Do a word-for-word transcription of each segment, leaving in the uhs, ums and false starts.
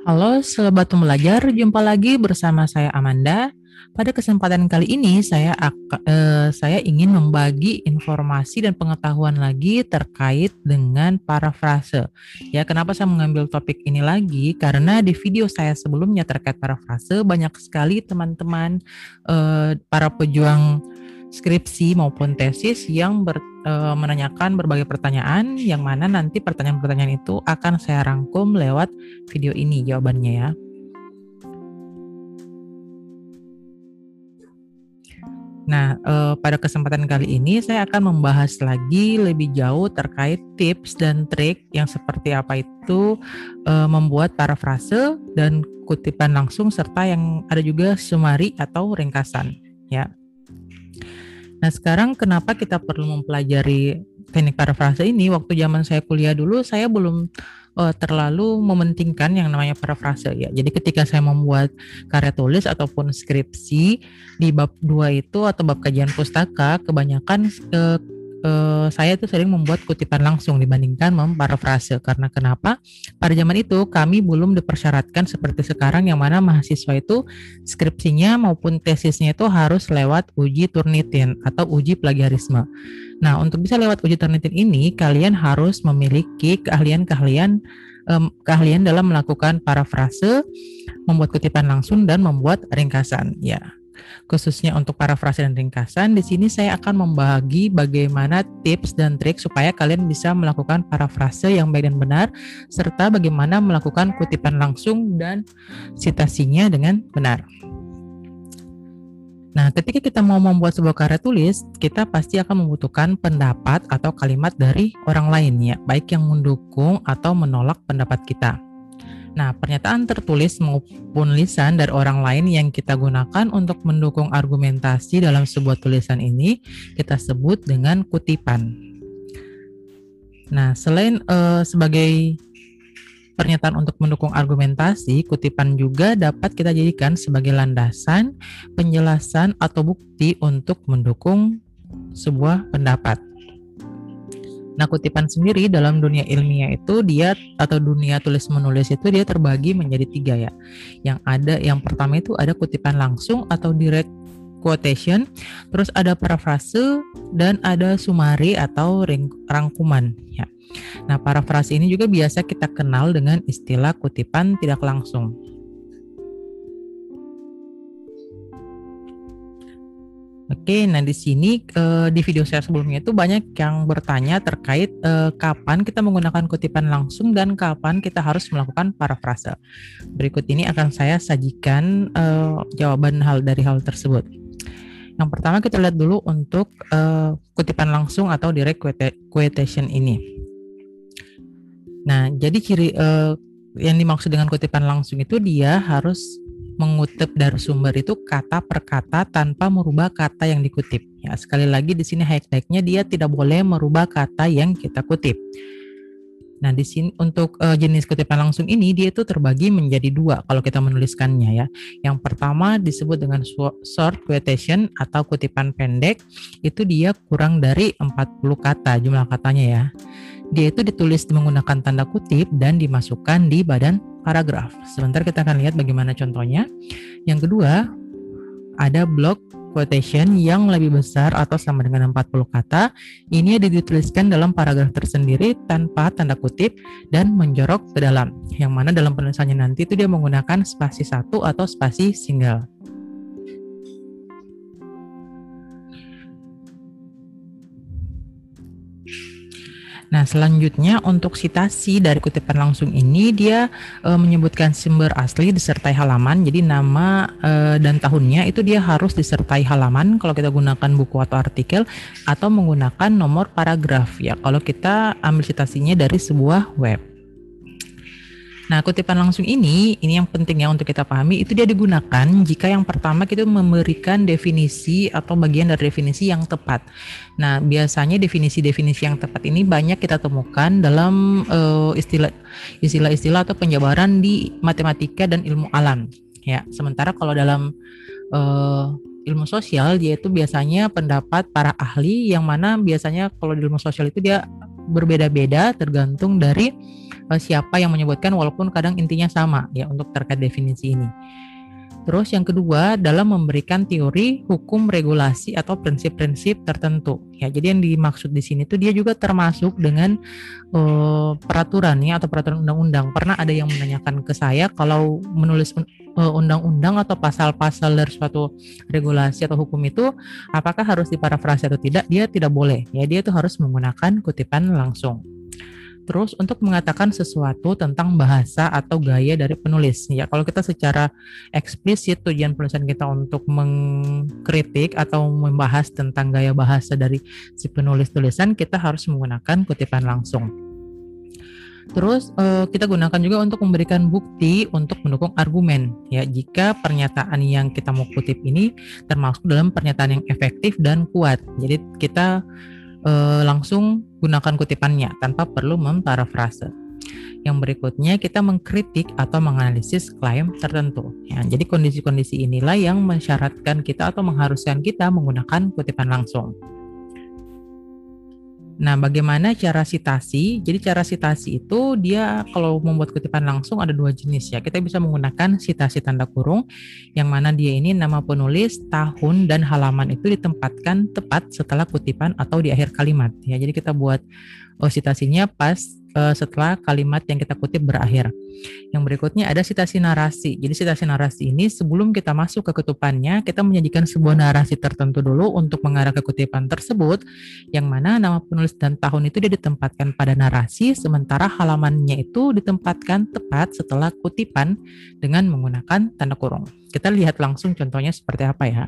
Halo Sobat Pembelajar, jumpa lagi bersama saya Amanda. Pada kesempatan kali ini saya ak- eh, saya ingin membagi informasi dan pengetahuan lagi terkait dengan parafrase. Ya, kenapa saya mengambil topik ini lagi? Karena di video saya sebelumnya terkait parafrase banyak sekali teman-teman eh, para pejuang skripsi maupun tesis yang ber, eh, menanyakan berbagai pertanyaan yang mana nanti pertanyaan-pertanyaan itu akan saya rangkum lewat video ini jawabannya ya. Nah, eh, pada kesempatan kali ini saya akan membahas lagi lebih jauh terkait tips dan trik yang seperti apa itu eh, membuat parafrase dan kutipan langsung serta yang ada juga summary atau ringkasan ya. Nah, sekarang kenapa kita perlu mempelajari teknik parafrase ini? Waktu zaman saya kuliah dulu, saya belum uh, terlalu mementingkan yang namanya parafrase ya. Jadi ketika saya membuat karya tulis ataupun skripsi di bab dua itu atau bab kajian pustaka, kebanyakan uh, uh, saya itu sering membuat kutipan langsung dibandingkan memparafrase. Karena kenapa? Pada zaman itu kami belum dipersyaratkan seperti sekarang yang mana mahasiswa itu skripsinya maupun tesisnya itu harus lewat uji Turnitin atau uji plagiarisme. Nah, untuk bisa lewat uji Turnitin ini, kalian harus memiliki keahlian-keahlian um, keahlian dalam melakukan parafrase, membuat kutipan langsung dan membuat ringkasan. Ya, khususnya untuk parafrase dan ringkasan, di sini saya akan membagi bagaimana tips dan trik supaya kalian bisa melakukan parafrase yang baik dan benar, serta bagaimana melakukan kutipan langsung dan citasinya dengan benar. Nah, ketika kita mau membuat sebuah karya tulis, kita pasti akan membutuhkan pendapat atau kalimat dari orang lain ya, baik yang mendukung atau menolak pendapat kita. Nah, pernyataan tertulis maupun lisan dari orang lain yang kita gunakan untuk mendukung argumentasi dalam sebuah tulisan ini kita sebut dengan kutipan. Nah, selain uh, sebagai pernyataan untuk mendukung argumentasi, kutipan juga dapat kita jadikan sebagai landasan, penjelasan, atau bukti untuk mendukung sebuah pendapat. Nah, kutipan sendiri dalam dunia ilmiah itu dia atau dunia tulis menulis itu dia terbagi menjadi tiga ya. Yang ada yang pertama itu ada kutipan langsung atau direct quotation, terus ada parafrase dan ada summary atau rangkuman ya. Nah, parafrase ini juga biasa kita kenal dengan istilah kutipan tidak langsung. Oke, nah di sini eh, di video saya sebelumnya itu banyak yang bertanya terkait eh, kapan kita menggunakan kutipan langsung dan kapan kita harus melakukan parafrase. Berikut ini akan saya sajikan eh, jawaban hal dari hal tersebut. Yang pertama kita lihat dulu untuk eh, kutipan langsung atau direct quotation ini. Nah, jadi ciri uh, yang dimaksud dengan kutipan langsung itu dia harus mengutip dari sumber itu kata per kata tanpa merubah kata yang dikutip. Ya, sekali lagi di sini highlight-nya dia tidak boleh merubah kata yang kita kutip. Nah, di sini untuk uh, jenis kutipan langsung ini dia itu terbagi menjadi dua kalau kita menuliskannya ya. Yang pertama disebut dengan short quotation atau kutipan pendek, itu dia kurang dari empat puluh kata jumlah katanya ya. Dia itu ditulis menggunakan tanda kutip dan dimasukkan di badan paragraf. Sebentar kita akan lihat bagaimana contohnya. Yang kedua, ada block quotation yang lebih besar atau sama dengan empat puluh kata. Ini dituliskan dalam paragraf tersendiri tanpa tanda kutip dan menjorok ke dalam. Yang mana dalam penulisannya nanti itu dia menggunakan spasi satu atau spasi single. Nah, selanjutnya untuk citasi dari kutipan langsung ini dia e, menyebutkan sumber asli disertai halaman. Jadi nama e, dan tahunnya itu dia harus disertai halaman kalau kita gunakan buku atau artikel, atau menggunakan nomor paragraf ya kalau kita ambil citasinya dari sebuah web. Nah, kutipan langsung ini, ini yang penting ya untuk kita pahami, itu dia digunakan jika yang pertama kita memberikan definisi atau bagian dari definisi yang tepat. Nah, biasanya definisi-definisi yang tepat ini banyak kita temukan dalam uh, istilah, istilah-istilah atau penjabaran di matematika dan ilmu alam. Ya, sementara kalau dalam uh, ilmu sosial, dia itu biasanya pendapat para ahli yang mana biasanya kalau di ilmu sosial itu dia berbeda-beda tergantung dari uh, siapa yang menyebutkan, walaupun kadang intinya sama ya untuk terkait definisi ini. Terus yang kedua, dalam memberikan teori hukum regulasi atau prinsip-prinsip tertentu. Ya, jadi yang dimaksud di sini tuh dia juga termasuk dengan uh, peraturan ya atau peraturan undang-undang. Pernah ada yang menanyakan ke saya kalau menulis uh, undang-undang atau pasal-pasal dari suatu regulasi atau hukum itu apakah harus diparafrase atau tidak? Dia tidak boleh. Ya, dia itu harus menggunakan kutipan langsung. Terus untuk mengatakan sesuatu tentang bahasa atau gaya dari penulis. Ya, kalau kita secara eksplisit tujuan penulisan kita untuk mengkritik atau membahas tentang gaya bahasa dari si penulis tulisan, kita harus menggunakan kutipan langsung. Terus eh, kita gunakan juga untuk memberikan bukti untuk mendukung argumen. Ya, jika pernyataan yang kita mau kutip ini termasuk dalam pernyataan yang efektif dan kuat. Jadi kita Uh, langsung gunakan kutipannya tanpa perlu memparafrase. Yang berikutnya kita mengkritik atau menganalisis klaim tertentu. Ya, jadi kondisi-kondisi inilah yang mensyaratkan kita atau mengharuskan kita menggunakan kutipan langsung. Nah, bagaimana cara sitasi? Jadi cara sitasi itu dia kalau membuat kutipan langsung ada dua jenis ya. Kita bisa menggunakan sitasi tanda kurung, yang mana dia ini nama penulis, tahun, dan halaman itu ditempatkan tepat setelah kutipan atau di akhir kalimat. Ya, jadi kita buat oh, sitasinya pas uh, setelah kalimat yang kita kutip berakhir. Yang berikutnya ada sitasi narasi. Jadi sitasi narasi ini sebelum kita masuk ke kutipannya, kita menyajikan sebuah narasi tertentu dulu untuk mengarah ke kutipan tersebut, yang mana nama penulis dan tahun itu dia ditempatkan pada narasi, sementara halamannya itu ditempatkan tepat setelah kutipan dengan menggunakan tanda kurung. Kita lihat langsung contohnya seperti apa ya.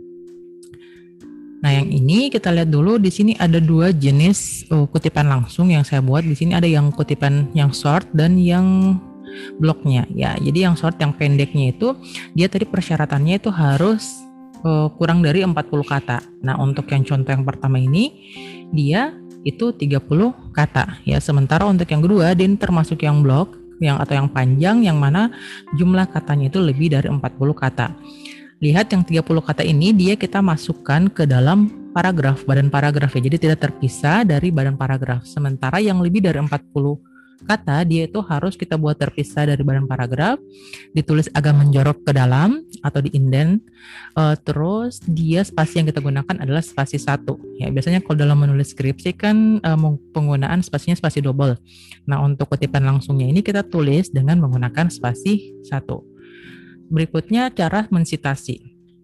Nah, yang ini kita lihat dulu. Di sini ada dua jenis uh, kutipan langsung yang saya buat. Di sini ada yang kutipan yang short dan yang bloknya. Ya, jadi yang short, yang pendeknya itu dia tadi persyaratannya itu harus uh, kurang dari empat puluh kata. Nah, untuk yang contoh yang pertama ini dia itu tiga puluh kata ya. Sementara untuk yang kedua dia termasuk yang blok yang atau yang panjang, yang mana jumlah katanya itu lebih dari empat puluh kata. Lihat yang tiga puluh kata ini dia kita masukkan ke dalam paragraf, badan paragraf ya. Jadi tidak terpisah dari badan paragraf. Sementara yang lebih dari empat puluh kata dia itu harus kita buat terpisah dari badan paragraf, ditulis agak menjorok ke dalam atau di indent. Uh, terus dia spasi yang kita gunakan adalah spasi satu. Ya, biasanya kalau dalam menulis skripsi kan uh, penggunaan spasinya spasi double. Nah, untuk kutipan langsungnya ini kita tulis dengan menggunakan spasi satu. Berikutnya cara mensitasi.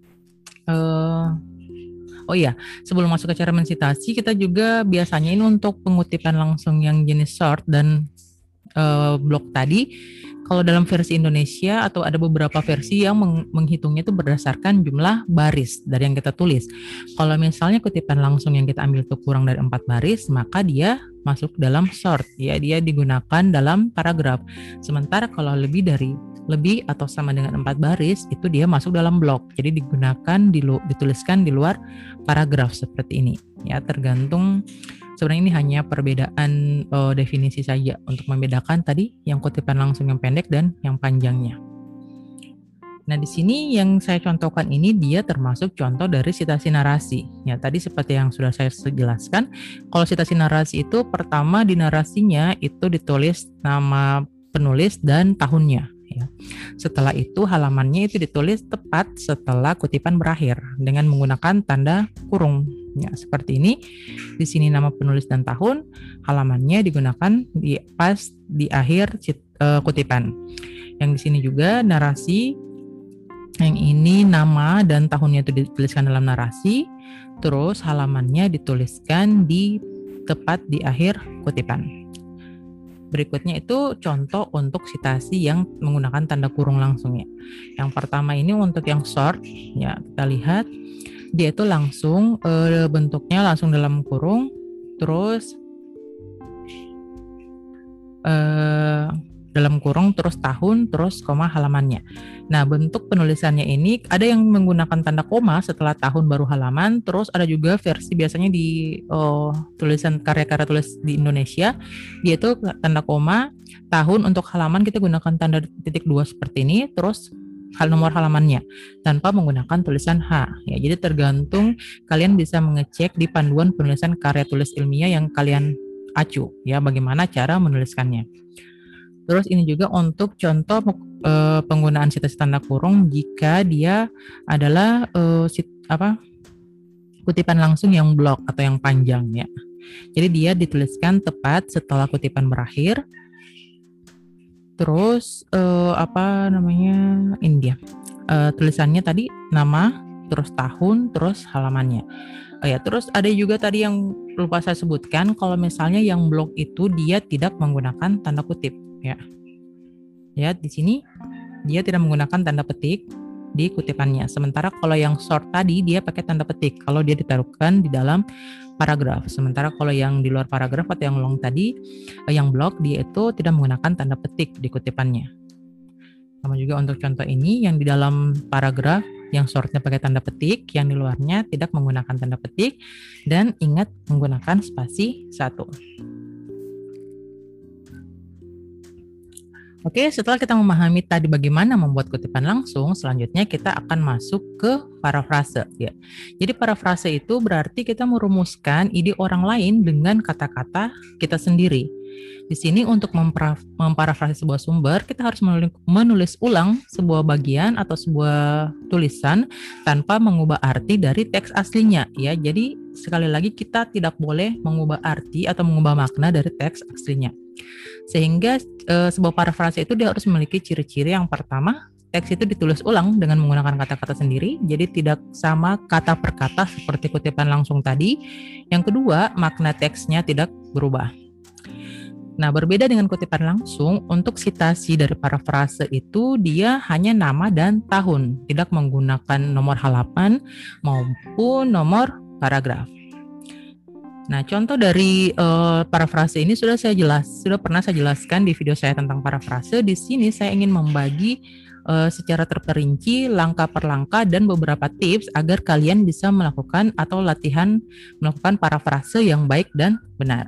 Uh, oh iya, sebelum masuk ke cara mensitasi, kita juga biasanya ini untuk pengutipan langsung yang jenis short dan uh, blok tadi. Kalau dalam versi Indonesia atau ada beberapa versi yang meng- menghitungnya itu berdasarkan jumlah baris dari yang kita tulis. Kalau misalnya kutipan langsung yang kita ambil itu kurang dari empat baris, maka dia masuk dalam short. Ya, dia digunakan dalam paragraf. Sementara kalau lebih dari lebih atau sama dengan empat baris, itu dia masuk dalam blok. Jadi digunakan dilu- dituliskan di luar paragraf seperti ini. Ya, tergantung. Sebenarnya ini hanya perbedaan uh, definisi saja untuk membedakan tadi yang kutipan langsung yang pendek dan yang panjangnya. Nah, di sini yang saya contohkan ini dia termasuk contoh dari sitasi narasi. Ya, tadi seperti yang sudah saya jelaskan, kalau sitasi narasi itu pertama di narasinya itu ditulis nama penulis dan tahunnya. Ya. Setelah itu halamannya itu ditulis tepat setelah kutipan berakhir dengan menggunakan tanda kurung. Ya, seperti ini. Di sini nama penulis dan tahun, halamannya digunakan di pas di akhir uh, kutipan. Yang di sini juga narasi, yang ini nama dan tahunnya itu dituliskan dalam narasi, terus halamannya dituliskan di tepat di akhir kutipan. Berikutnya itu contoh untuk sitasi yang menggunakan tanda kurung langsung ya. Yang pertama ini untuk yang short, ya kita lihat dia itu langsung e, bentuknya langsung dalam kurung, terus e, dalam kurung, terus tahun, terus koma halamannya. Nah, bentuk penulisannya ini ada yang menggunakan tanda koma setelah tahun baru halaman, terus ada juga versi biasanya di oh, tulisan karya-karya tulis di Indonesia, dia itu tanda koma, tahun, untuk halaman kita gunakan tanda titik dua seperti ini, terus hal nomor halamannya tanpa menggunakan tulisan H. Ya, jadi tergantung kalian bisa mengecek di panduan penulisan karya tulis ilmiah yang kalian acu ya bagaimana cara menuliskannya. Terus ini juga untuk contoh uh, penggunaan sitasi tanda kurung jika dia adalah uh, sit, apa kutipan langsung yang blok atau yang panjang ya. Jadi dia dituliskan tepat setelah kutipan berakhir. Terus uh, apa namanya ini dia uh, tulisannya tadi nama, terus tahun, terus halamannya. Oh ya, terus ada juga tadi yang lupa saya sebutkan, kalau misalnya yang blok itu dia tidak menggunakan tanda kutip ya. Ya, di sini dia tidak menggunakan tanda petik di kutipannya. Sementara kalau yang short tadi dia pakai tanda petik kalau dia ditaruhkan di dalam paragraf. Sementara kalau yang di luar paragraf atau yang long tadi, yang blok dia itu tidak menggunakan tanda petik di kutipannya. Sama juga untuk contoh ini yang di dalam paragraf yang shortnya pakai tanda petik, yang di luarnya tidak menggunakan tanda petik, dan ingat menggunakan spasi satu. Oke, setelah kita memahami tadi bagaimana membuat kutipan langsung, selanjutnya kita akan masuk ke parafrase. Ya. Jadi parafrase itu berarti kita merumuskan ide orang lain dengan kata-kata kita sendiri. Di sini untuk memparafrase sebuah sumber, kita harus menulis ulang sebuah bagian atau sebuah tulisan tanpa mengubah arti dari teks aslinya. Ya, jadi sekali lagi kita tidak boleh mengubah arti atau mengubah makna dari teks aslinya. Sehingga e, sebuah parafrase itu dia harus memiliki ciri-ciri. Yang pertama, teks itu ditulis ulang dengan menggunakan kata-kata sendiri, jadi tidak sama kata per kata seperti kutipan langsung tadi. Yang kedua, makna teksnya tidak berubah. Nah, berbeda dengan kutipan langsung, untuk sitasi dari parafrase itu dia hanya nama dan tahun, tidak menggunakan nomor halaman maupun nomor paragraf. Nah, contoh dari uh, parafrase ini sudah saya jelas, sudah pernah saya jelaskan di video saya tentang parafrase. Di sini saya ingin membagi uh, secara terperinci langkah per langkah dan beberapa tips agar kalian bisa melakukan atau latihan melakukan parafrase yang baik dan benar.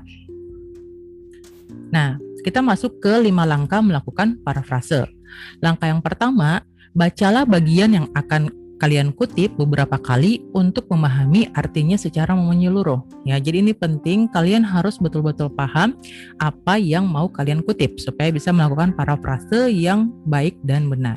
Nah, kita masuk ke lima langkah melakukan parafrase. Langkah yang pertama, bacalah bagian yang akan kalian kutip beberapa kali untuk memahami artinya secara menyeluruh. Ya, jadi ini penting, kalian harus betul-betul paham apa yang mau kalian kutip supaya bisa melakukan parafrase yang baik dan benar.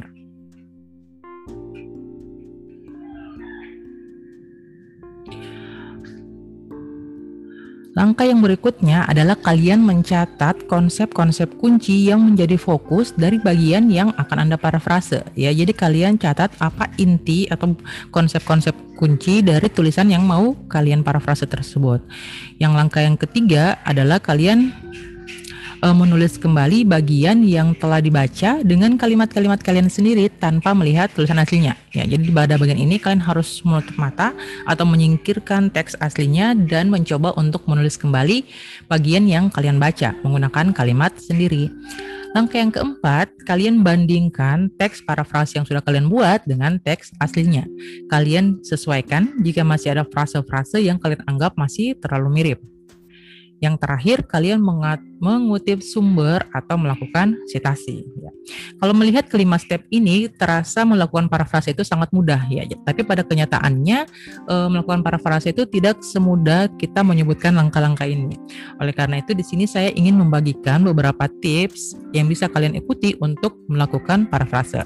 Langkah yang berikutnya adalah kalian mencatat konsep-konsep kunci yang menjadi fokus dari bagian yang akan Anda parafrase. Ya, jadi kalian catat apa inti atau konsep-konsep kunci dari tulisan yang mau kalian parafrase tersebut. Yang langkah yang ketiga adalah kalian uh, menulis kembali bagian yang telah dibaca dengan kalimat-kalimat kalian sendiri tanpa melihat tulisan aslinya. Ya, jadi pada bagian ini kalian harus menutup mata atau menyingkirkan teks aslinya dan mencoba untuk menulis kembali bagian yang kalian baca menggunakan kalimat sendiri. Langkah yang keempat, kalian bandingkan teks parafrase yang sudah kalian buat dengan teks aslinya. Kalian sesuaikan jika masih ada frase-frase yang kalian anggap masih terlalu mirip. Yang terakhir, kalian mengutip sumber atau melakukan sitasi. Ya. Kalau melihat kelima step ini, terasa melakukan parafrase itu sangat mudah ya. Tapi pada kenyataannya, e, melakukan parafrase itu tidak semudah kita menyebutkan langkah-langkah ini. Oleh karena itu, di sini saya ingin membagikan beberapa tips yang bisa kalian ikuti untuk melakukan parafrase.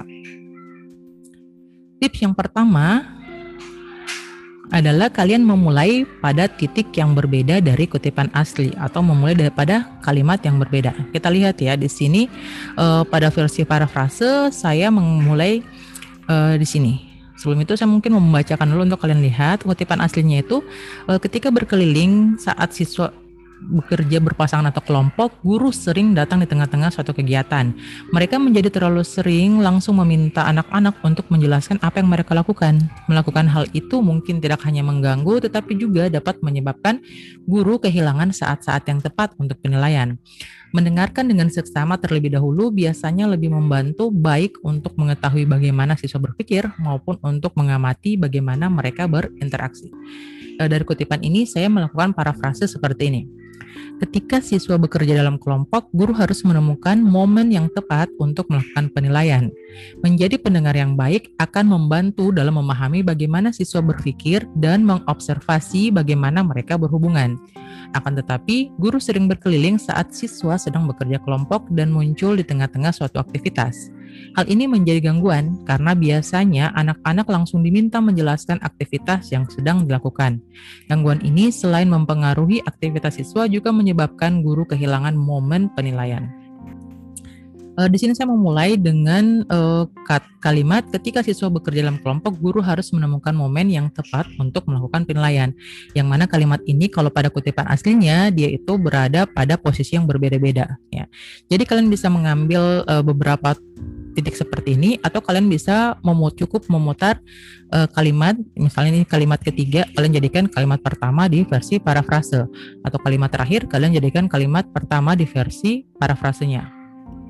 Tips yang pertama adalah kalian memulai pada titik yang berbeda dari kutipan asli atau memulai daripada kalimat yang berbeda. Kita lihat ya di sini uh, pada versi parafrase saya memulai uh, di sini. Sebelum itu saya mungkin membacakan dulu untuk kalian lihat kutipan aslinya itu uh, ketika berkeliling saat siswa bekerja berpasangan atau kelompok, guru sering datang di tengah-tengah suatu kegiatan. Mereka menjadi terlalu sering langsung meminta anak-anak untuk menjelaskan apa yang mereka lakukan. Melakukan hal itu mungkin tidak hanya mengganggu, tetapi juga dapat menyebabkan guru kehilangan saat-saat yang tepat untuk penilaian. Mendengarkan dengan seksama terlebih dahulu biasanya lebih membantu baik untuk mengetahui bagaimana siswa berpikir maupun untuk mengamati bagaimana mereka berinteraksi. Dari kutipan ini saya melakukan parafrase seperti ini. Ketika siswa bekerja dalam kelompok, guru harus menemukan momen yang tepat untuk melakukan penilaian. Menjadi pendengar yang baik akan membantu dalam memahami bagaimana siswa berpikir dan mengobservasi bagaimana mereka berhubungan. Akan tetapi, guru sering berkeliling saat siswa sedang bekerja kelompok dan muncul di tengah-tengah suatu aktivitas. Hal ini menjadi gangguan karena biasanya anak-anak langsung diminta menjelaskan aktivitas yang sedang dilakukan. Gangguan ini selain mempengaruhi aktivitas siswa juga menyebabkan guru kehilangan momen penilaian. Uh, di sini saya memulai dengan uh, kalimat ketika siswa bekerja dalam kelompok, guru harus menemukan momen yang tepat untuk melakukan penilaian. Yang mana kalimat ini kalau pada kutipan aslinya dia itu berada pada posisi yang berbeda-beda. Ya. Jadi kalian bisa mengambil uh, beberapa titik seperti ini, atau kalian bisa memut cukup memutar uh, kalimat, misalnya ini kalimat ketiga, kalian jadikan kalimat pertama di versi parafrase, atau kalimat terakhir kalian jadikan kalimat pertama di versi parafrasenya.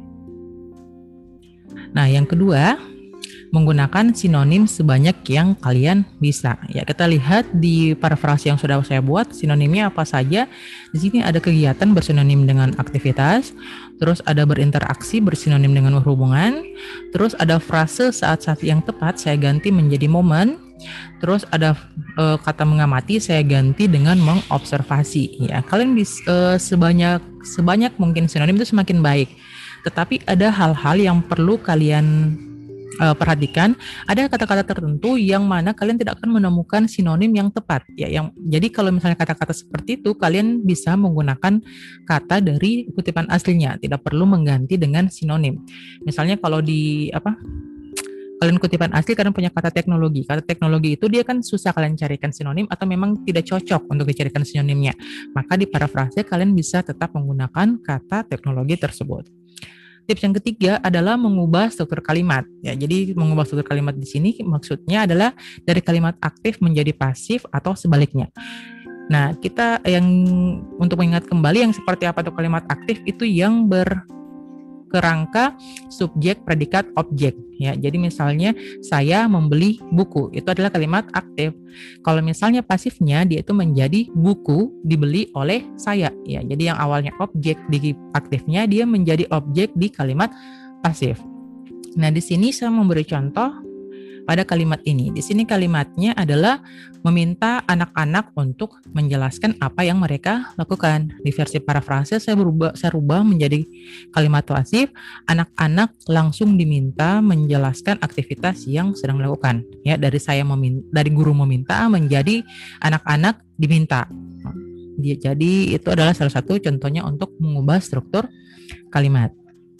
Nah, yang kedua, menggunakan sinonim sebanyak yang kalian bisa. Ya, kita lihat di parafrase yang sudah saya buat, sinonimnya apa saja. Di sini ada kegiatan bersinonim dengan aktivitas, terus ada berinteraksi bersinonim dengan hubungan, terus ada frase saat-saat yang tepat saya ganti menjadi momen, terus ada e, kata mengamati saya ganti dengan mengobservasi. Ya, kalian bisa e, sebanyak sebanyak mungkin sinonim itu semakin baik. Tetapi ada hal-hal yang perlu kalian uh, perhatikan. Ada kata-kata tertentu yang mana kalian tidak akan menemukan sinonim yang tepat. Ya, yang jadi kalau misalnya kata-kata seperti itu, kalian bisa menggunakan kata dari kutipan aslinya, tidak perlu mengganti dengan sinonim. Misalnya kalau di apa? Kalian kutipan asli kalian punya kata teknologi. Kata teknologi itu dia kan susah kalian carikan sinonim atau memang tidak cocok untuk dicarikan sinonimnya. Maka di parafrase kalian bisa tetap menggunakan kata teknologi tersebut. Tips yang ketiga adalah mengubah struktur kalimat. Ya, jadi mengubah struktur kalimat di sini maksudnya adalah dari kalimat aktif menjadi pasif atau sebaliknya. Nah, kita yang untuk mengingat kembali yang seperti apa itu kalimat aktif itu yang ber kerangka subjek, predikat, objek. Ya, jadi misalnya saya membeli buku, itu adalah kalimat aktif. Kalau misalnya pasifnya dia itu menjadi buku dibeli oleh saya. Ya, jadi yang awalnya objek di aktifnya dia menjadi objek di kalimat pasif. Nah, di sini saya memberi contoh pada kalimat ini. Di sini kalimatnya adalah meminta anak-anak untuk menjelaskan apa yang mereka lakukan. Di versi parafrase saya berubah saya rubah menjadi kalimat pasif, anak-anak langsung diminta menjelaskan aktivitas yang sedang dilakukan. Ya, dari saya meminta, dari guru meminta menjadi anak-anak diminta. Dia jadi itu adalah salah satu contohnya untuk mengubah struktur kalimat.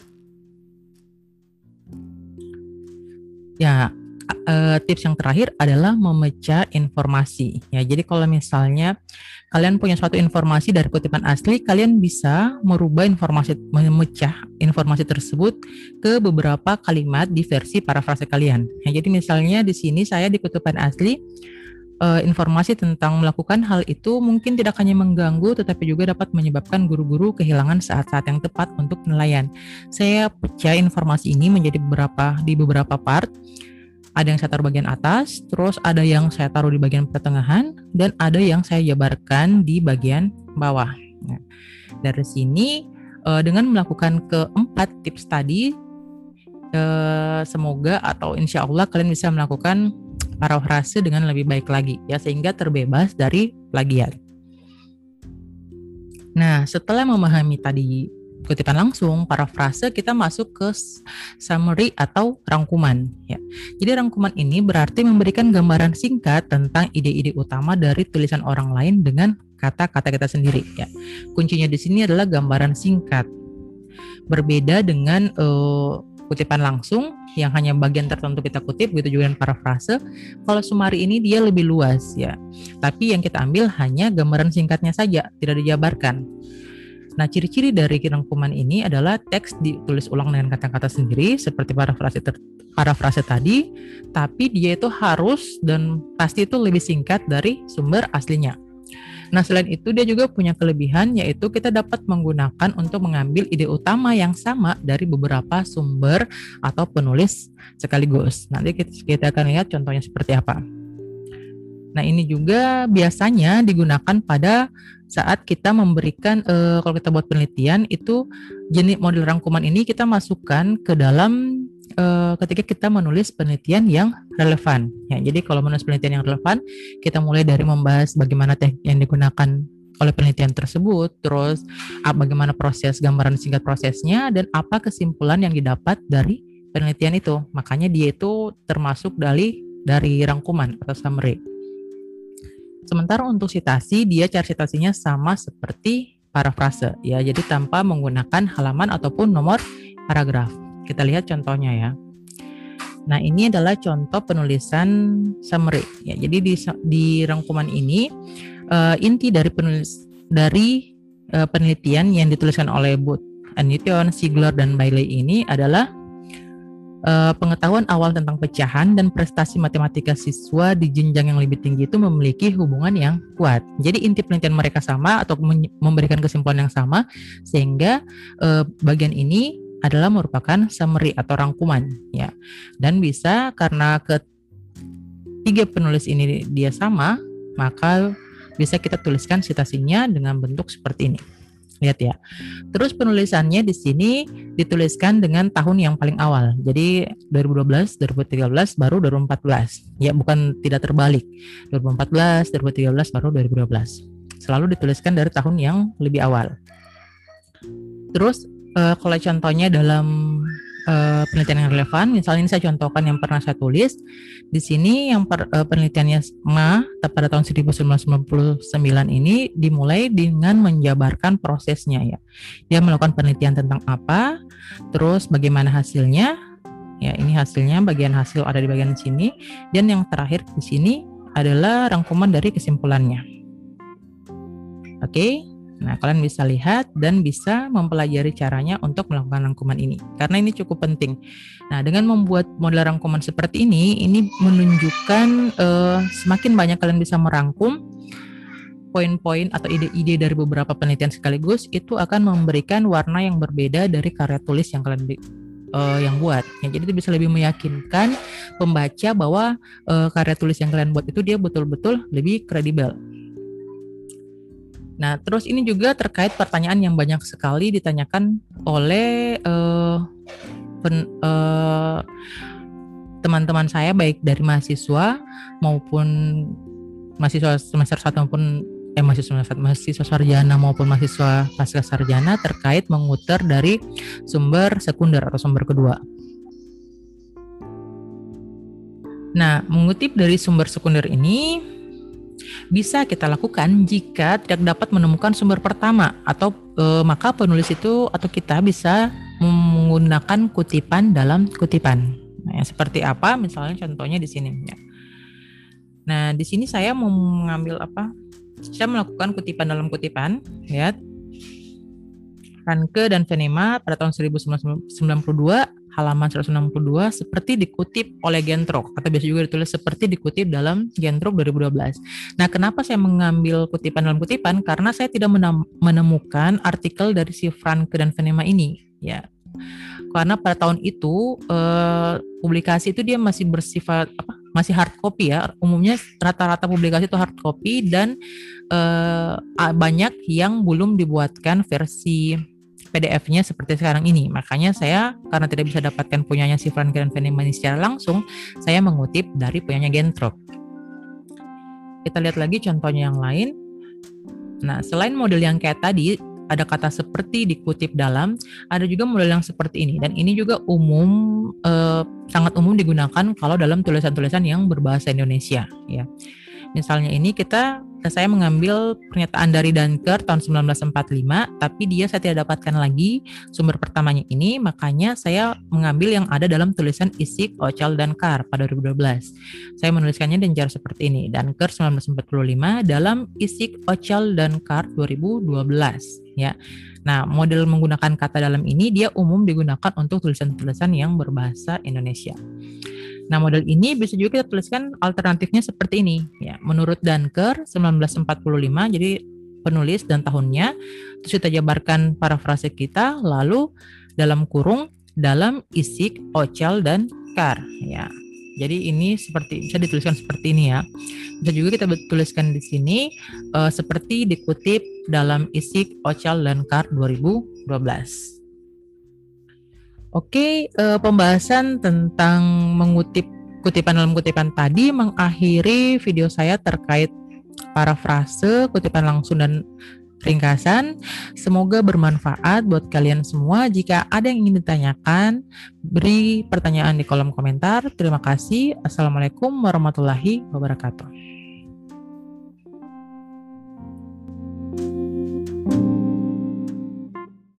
Ya, Uh, tips yang terakhir adalah memecah informasi. Ya, jadi kalau misalnya kalian punya suatu informasi dari kutipan asli, kalian bisa merubah informasi, memecah informasi tersebut ke beberapa kalimat di versi parafrase kalian. Ya, jadi misalnya di sini saya di kutipan asli uh, informasi tentang melakukan hal itu mungkin tidak hanya mengganggu, tetapi juga dapat menyebabkan guru-guru kehilangan saat-saat yang tepat untuk penilaian. Saya pecah informasi ini menjadi beberapa di beberapa part. Ada yang saya taruh bagian atas, terus ada yang saya taruh di bagian pertengahan, dan ada yang saya jabarkan di bagian bawah. Nah, dari sini, dengan melakukan keempat tips tadi, semoga atau insya Allah kalian bisa melakukan parafrase dengan lebih baik lagi, ya, sehingga terbebas dari plagiat. Nah, setelah memahami tadi kutipan langsung, parafrase, kita masuk ke summary atau rangkuman. Ya. Jadi rangkuman ini berarti memberikan gambaran singkat tentang ide-ide utama dari tulisan orang lain dengan kata-kata kita sendiri. Ya. Kuncinya di sini adalah gambaran singkat. Berbeda dengan uh, kutipan langsung yang hanya bagian tertentu kita kutip, begitu juga dengan parafrase. Kalau summary ini dia lebih luas, ya. Tapi yang kita ambil hanya gambaran singkatnya saja, tidak dijabarkan. Nah, ciri-ciri dari rangkuman ini adalah teks ditulis ulang dengan kata-kata sendiri seperti parafrase ter- parafrase tadi, tapi dia itu harus dan pasti itu lebih singkat dari sumber aslinya. Nah, selain itu dia juga punya kelebihan, yaitu kita dapat menggunakan untuk mengambil ide utama yang sama dari beberapa sumber atau penulis sekaligus. Nanti kita, kita akan lihat contohnya seperti apa. Nah, ini juga biasanya digunakan pada saat kita memberikan, e, kalau kita buat penelitian, itu jenis model rangkuman ini kita masukkan ke dalam e, ketika kita menulis penelitian yang relevan. Ya, jadi kalau menulis penelitian yang relevan, kita mulai dari membahas bagaimana teknik yang digunakan oleh penelitian tersebut, terus ah, bagaimana proses gambaran singkat prosesnya, dan apa kesimpulan yang didapat dari penelitian itu. Makanya dia itu termasuk dari dari rangkuman atau summary. Sementara untuk sitasi, dia cara sitasinya sama seperti parafrase ya, jadi tanpa menggunakan halaman ataupun nomor paragraf. Kita lihat contohnya ya. Nah, ini adalah contoh penulisan summary ya. Jadi di di rangkuman ini uh, inti dari penulis dari uh, penelitian yang dituliskan oleh Booth and Newton, Ziegler dan Bailey ini adalah uh, pengetahuan awal tentang pecahan dan prestasi matematika siswa di jenjang yang lebih tinggi itu memiliki hubungan yang kuat. Jadi inti penelitian mereka sama atau memberikan kesimpulan yang sama, sehingga uh, bagian ini adalah merupakan summary atau rangkuman ya. Dan bisa karena ketiga penulis ini dia sama, maka bisa kita tuliskan sitasinya dengan bentuk seperti ini. Lihat ya. Terus penulisannya di sini dituliskan dengan tahun yang paling awal. Jadi dua ribu dua belas, dua ribu tiga belas baru dua ribu empat belas. Ya, bukan tidak terbalik. dua ribu empat belas, dua ribu tiga belas baru dua ribu dua belas. Selalu dituliskan dari tahun yang lebih awal. Terus Uh, kalau contohnya dalam uh, penelitian yang relevan, misalnya ini saya contohkan yang pernah saya tulis di sini yang per, uh, penelitiannya M A pada tahun seribu sembilan ratus sembilan puluh sembilan ini dimulai dengan menjabarkan prosesnya ya. Dia melakukan penelitian tentang apa, terus bagaimana hasilnya. Ya, ini hasilnya, bagian hasil ada di bagian sini, dan yang terakhir di sini adalah rangkuman dari kesimpulannya. Oke. Okay? Nah, kalian bisa lihat dan bisa mempelajari caranya untuk melakukan rangkuman ini, karena ini cukup penting. Nah, dengan membuat model rangkuman seperti ini, ini menunjukkan uh, semakin banyak kalian bisa merangkum poin-poin atau ide-ide dari beberapa penelitian sekaligus, itu akan memberikan warna yang berbeda dari karya tulis yang kalian di, uh, yang buat. Ya, jadi itu bisa lebih meyakinkan pembaca bahwa uh, karya tulis yang kalian buat itu dia betul-betul lebih kredibel. Nah, terus ini juga terkait pertanyaan yang banyak sekali ditanyakan oleh uh, pen, uh, teman-teman saya, baik dari mahasiswa maupun mahasiswa semester satu maupun eh mahasiswa mahasiswa sarjana maupun mahasiswa pasca sarjana, terkait menguter dari sumber sekunder atau sumber kedua. Nah, mengutip dari sumber sekunder ini bisa kita lakukan jika tidak dapat menemukan sumber pertama, atau e, maka penulis itu atau kita bisa menggunakan kutipan dalam kutipan. Nah, yang seperti apa? Misalnya contohnya di sini. Ya. Nah, di sini saya mau mengambil apa? Saya melakukan kutipan dalam kutipan. Lihat, Ranke dan Venema pada tahun seribu sembilan ratus sembilan puluh dua, halaman seratus enam puluh dua, seperti dikutip oleh Gentrock, atau biasa juga ditulis seperti dikutip dalam Gentrock dua ribu dua belas. Nah, kenapa saya mengambil kutipan dalam kutipan? Karena saya tidak menemukan artikel dari si Ranke dan Venema ini, ya. Karena pada tahun itu eh, publikasi itu dia masih bersifat apa? Masih hard copy ya. Umumnya rata-rata publikasi itu hard copy, dan eh, banyak yang belum dibuatkan versi P D F-nya seperti sekarang ini. Makanya saya, karena tidak bisa dapatkan punyanya si Ranke dan Venema ini secara langsung, saya mengutip dari punyanya Gentrock. Kita lihat lagi contohnya yang lain. Nah, selain model yang kayak tadi, ada kata seperti dikutip dalam, ada juga model yang seperti ini. Dan ini juga umum, eh, sangat umum digunakan kalau dalam tulisan-tulisan yang berbahasa Indonesia. Ya. Misalnya ini kita saya mengambil pernyataan dari Duncker tahun sembilan belas empat puluh lima, tapi dia saya tidak dapatkan lagi sumber pertamanya ini, makanya saya mengambil yang ada dalam tulisan Isik, Ochal, dan Carr pada dua ribu dua belas. Saya menuliskannya dengan cara seperti ini, Duncker sembilan belas empat puluh lima dalam Isik, Ochal, dan Carr dua ribu dua belas. Ya. Nah, model menggunakan kata dalam ini dia umum digunakan untuk tulisan-tulisan yang berbahasa Indonesia. Nah, model ini bisa juga kita tuliskan alternatifnya seperti ini. Ya, menurut Duncker sembilan belas empat puluh lima, jadi penulis dan tahunnya, terus kita jabarkan parafrase kita, lalu dalam kurung dalam Isik, Ochal, dan Carr. Ya, jadi ini seperti bisa dituliskan seperti ini ya. Bisa juga kita tuliskan di sini uh, seperti dikutip dalam Isik, Ochal, dan Carr dua ribu dua belas. Oke, eh, pembahasan tentang mengutip kutipan dalam kutipan tadi mengakhiri video saya terkait parafrase, kutipan langsung dan ringkasan. Semoga bermanfaat buat kalian semua. Jika ada yang ingin ditanyakan, beri pertanyaan di kolom komentar. Terima kasih. Assalamualaikum warahmatullahi wabarakatuh.